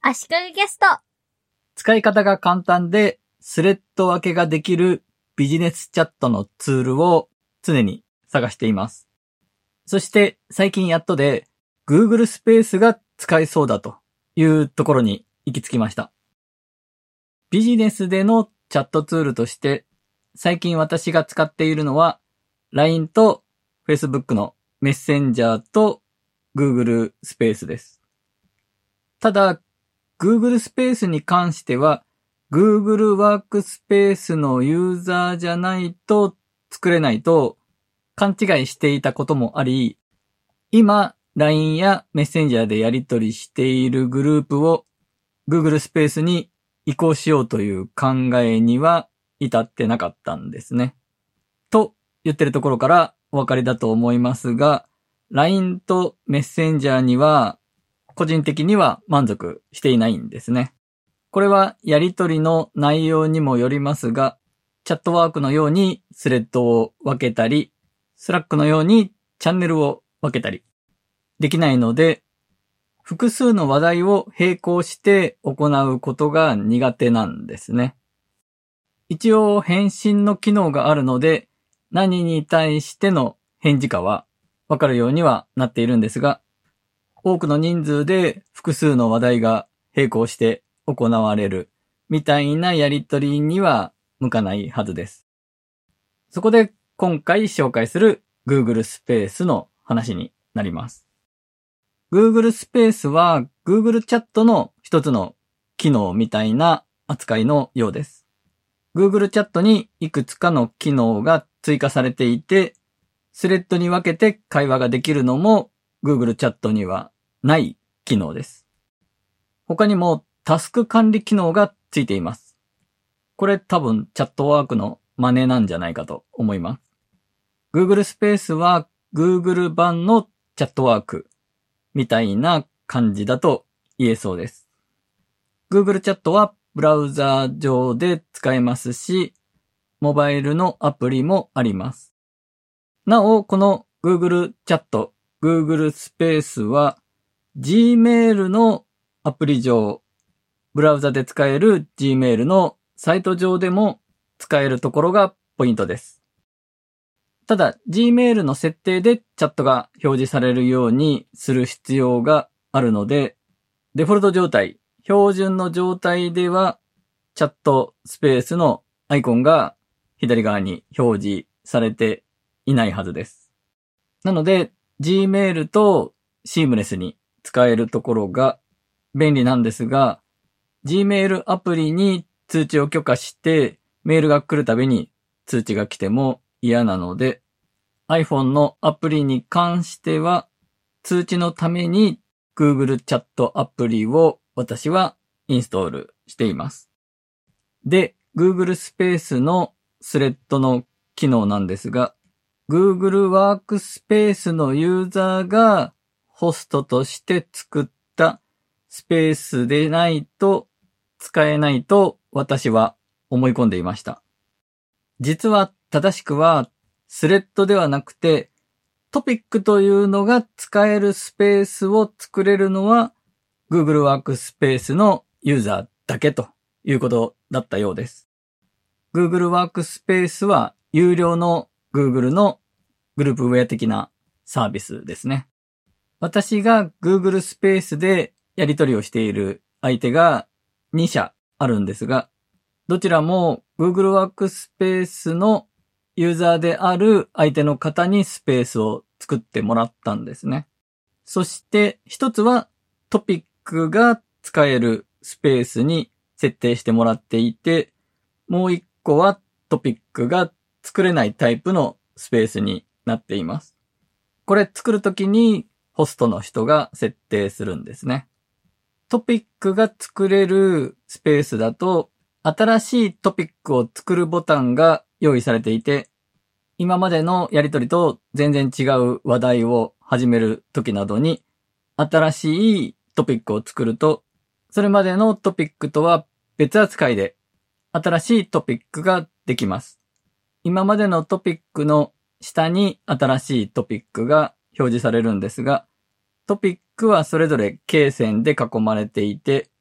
足利ゲスト。 使い方が簡単でスレッド分けができるビジネスチャットのツールを常に探しています。そして最近やっとで Google スペースが使えそうだというところに行き着きました。ビジネスでのチャットツールとして最近私が使っているのは LINE と Facebook のメッセンジャーと Google スペースです。ただGoogle スペースに関しては Google ワークスペースのユーザーじゃないと作れないと勘違いしていたこともあり、今 LINE やメッセンジャーでやり取りしているグループを Google スペースに移行しようという考えには至ってなかったんですね。と言ってるところからお分かりだと思いますが、LINE とメッセンジャーには個人的には満足していないんですね。これはやり取りの内容にもよりますが、チャットワークのようにスレッドを分けたり、スラックのようにチャンネルを分けたりできないので、複数の話題を並行して行うことが苦手なんですね。一応返信の機能があるので、何に対しての返事かは分かるようにはなっているんですが、多くの人数で複数の話題が並行して行われるみたいなやり取りには向かないはずです。そこで今回紹介する Google スペースの話になります。Google スペースは Google チャットの一つの機能みたいな扱いのようです。Google チャットにいくつかの機能が追加されていて、スレッドに分けて会話ができるのもGoogle チャットにはない機能です。他にもタスク管理機能がついています。これ多分チャットワークの真似なんじゃないかと思います。Google スペースは Google 版のチャットワークみたいな感じだと言えそうです。Google チャットはブラウザー上で使えますし、モバイルのアプリもあります。なお、この Google チャットGoogle スペースは Gmail のアプリ上、ブラウザで使える Gmail のサイト上でも使えるところがポイントです。ただ Gmail の設定でチャットが表示されるようにする必要があるので、デフォルト状態、標準の状態ではチャットスペースのアイコンが左側に表示されていないはずです。なのでGmail とシームレスに使えるところが便利なんですが、Gmail アプリに通知を許可してメールが来るたびに通知が来ても嫌なので、iPhone のアプリに関しては通知のために Google チャットアプリを私はインストールしています。で、Google スペースのスレッドの機能なんですが、Google ワークスペースのユーザーがホストとして作ったスペースでないと使えないと私は思い込んでいました。実は正しくはスレッドではなくてトピックというのが使えるスペースを作れるのは Google ワークスペースのユーザーだけということだったようです。Google ワークスペースは有料のGoogle のグループウェア的なサービスですね。私が Google スペースでやり取りをしている相手が2社あるんですが、どちらも Google ワークスペースのユーザーである相手の方にスペースを作ってもらったんですね。そして一つはトピックが使えるスペースに設定してもらっていて、もう一個はトピックが作れないタイプのスペースになっています。これ作るときにホストの人が設定するんですね。トピックが作れるスペースだと新しいトピックを作るボタンが用意されていて、今までのやり取りと全然違う話題を始めるときなどに新しいトピックを作ると、それまでのトピックとは別扱いで新しいトピックができます。今までのトピックの下に新しいトピックが表示されるんですが、トピックはそれぞれ罫線で囲まれていて、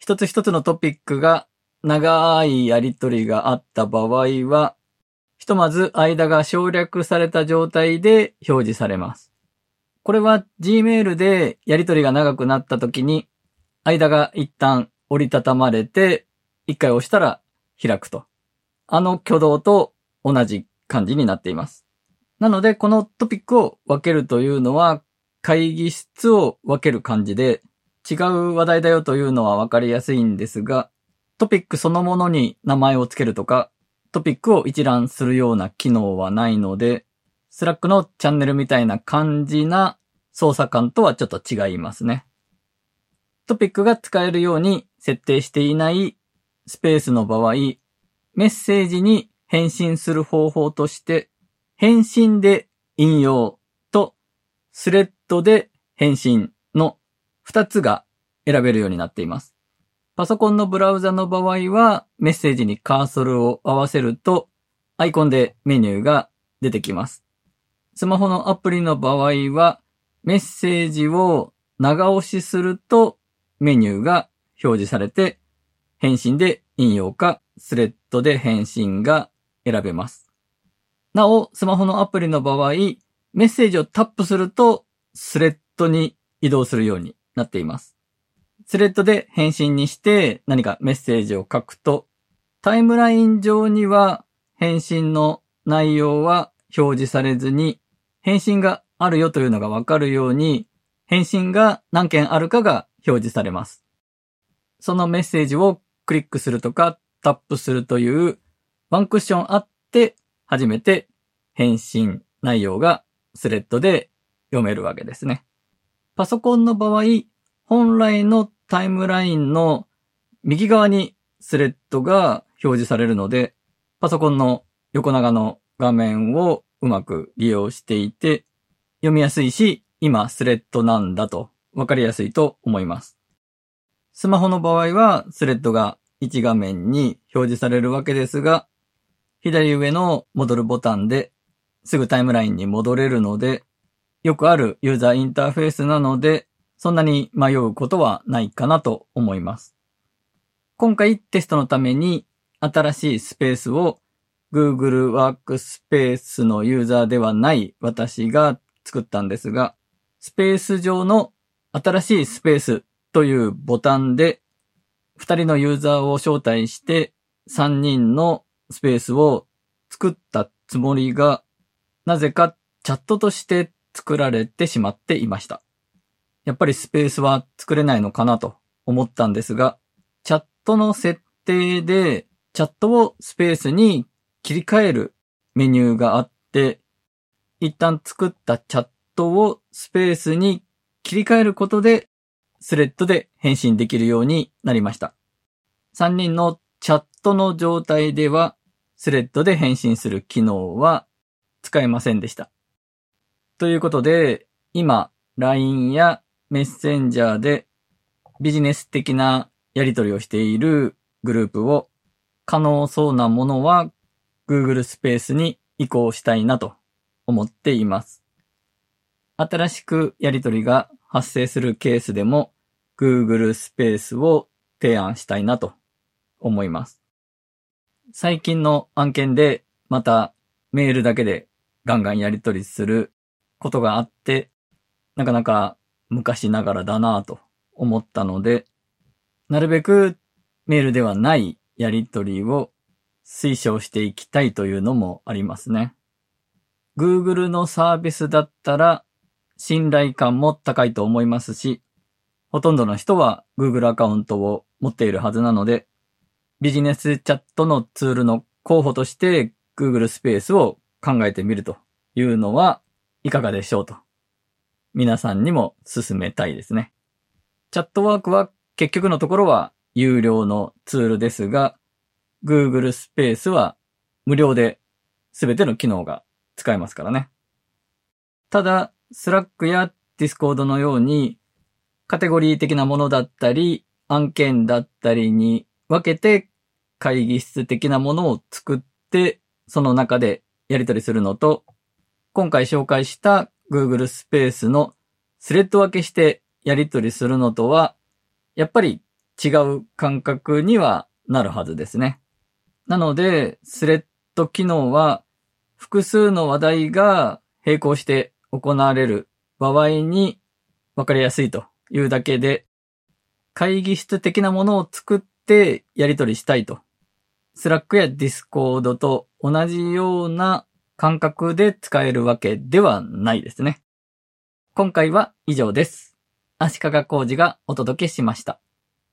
一つ一つのトピックが長いやりとりがあった場合は、ひとまず間が省略された状態で表示されます。これは Gmail でやりとりが長くなった時に、間が一旦折りたたまれて、一回押したら開くと。挙動と同じ感じになっています。なので、このトピックを分けるというのは、会議室を分ける感じで、違う話題だよというのは分かりやすいんですが、トピックそのものに名前をつけるとか、トピックを一覧するような機能はないので、スラックのチャンネルみたいな感じな操作感とはちょっと違いますね。トピックが使えるように設定していないスペースの場合、メッセージに返信する方法として、返信で引用とスレッドで返信の2つが選べるようになっています。パソコンのブラウザの場合はメッセージにカーソルを合わせるとアイコンでメニューが出てきます。スマホのアプリの場合はメッセージを長押しするとメニューが表示されて返信で引用かスレッドで返信が選べます。なお、スマホのアプリの場合、メッセージをタップするとスレッドに移動するようになっています。スレッドで返信にして何かメッセージを書くと、タイムライン上には返信の内容は表示されずに、返信があるよというのがわかるように、返信が何件あるかが表示されます。そのメッセージをクリックするとかタップするというワンクッションあって初めて返信内容がスレッドで読めるわけですね。パソコンの場合、本来のタイムラインの右側にスレッドが表示されるので、パソコンの横長の画面をうまく利用していて、読みやすいし、今スレッドなんだと分かりやすいと思います。スマホの場合はスレッドが1画面に表示されるわけですが、左上の戻るボタンですぐタイムラインに戻れるので、よくあるユーザーインターフェースなので、そんなに迷うことはないかなと思います。今回テストのために新しいスペースを Google ワークスペースのユーザーではない私が作ったんですが、スペース上の新しいスペースというボタンで2人のユーザーを招待して3人のスペースを作ったつもりが、なぜかチャットとして作られてしまっていました。やっぱりスペースは作れないのかなと思ったんですが、チャットの設定でチャットをスペースに切り替えるメニューがあって、一旦作ったチャットをスペースに切り替えることでスレッドで返信できるようになりました。3人のチャットの状態ではスレッドで返信する機能は使えませんでした。ということで、今 LINE やメッセンジャーでビジネス的なやり取りをしているグループを可能そうなものは Google スペースに移行したいなと思っています。新しくやり取りが発生するケースでも Google スペースを提案したいなと思います。最近の案件でまたメールだけでガンガンやり取りすることがあって、なかなか昔ながらだなぁと思ったので、なるべくメールではないやり取りを推奨していきたいというのもありますね。Google のサービスだったら信頼感も高いと思いますし、ほとんどの人は Google アカウントを持っているはずなので、ビジネスチャットのツールの候補として Google スペースを考えてみるというのはいかがでしょうと。皆さんにも勧めたいですね。チャットワークは結局のところは有料のツールですが、Google スペースは無料で全ての機能が使えますからね。ただ、Slack や Discord のようにカテゴリー的なものだったり、案件だったりに分けて会議室的なものを作って、その中でやり取りするのと、今回紹介した Google スペースのスレッド分けしてやり取りするのとは、やっぱり違う感覚にはなるはずですね。なので、スレッド機能は複数の話題が並行して行われる場合に分かりやすいというだけで、会議室的なものを作ってやり取りしたいと。スラックやディスコードと同じような感覚で使えるわけではないですね。今回は以上です。足利浩二がお届けしました。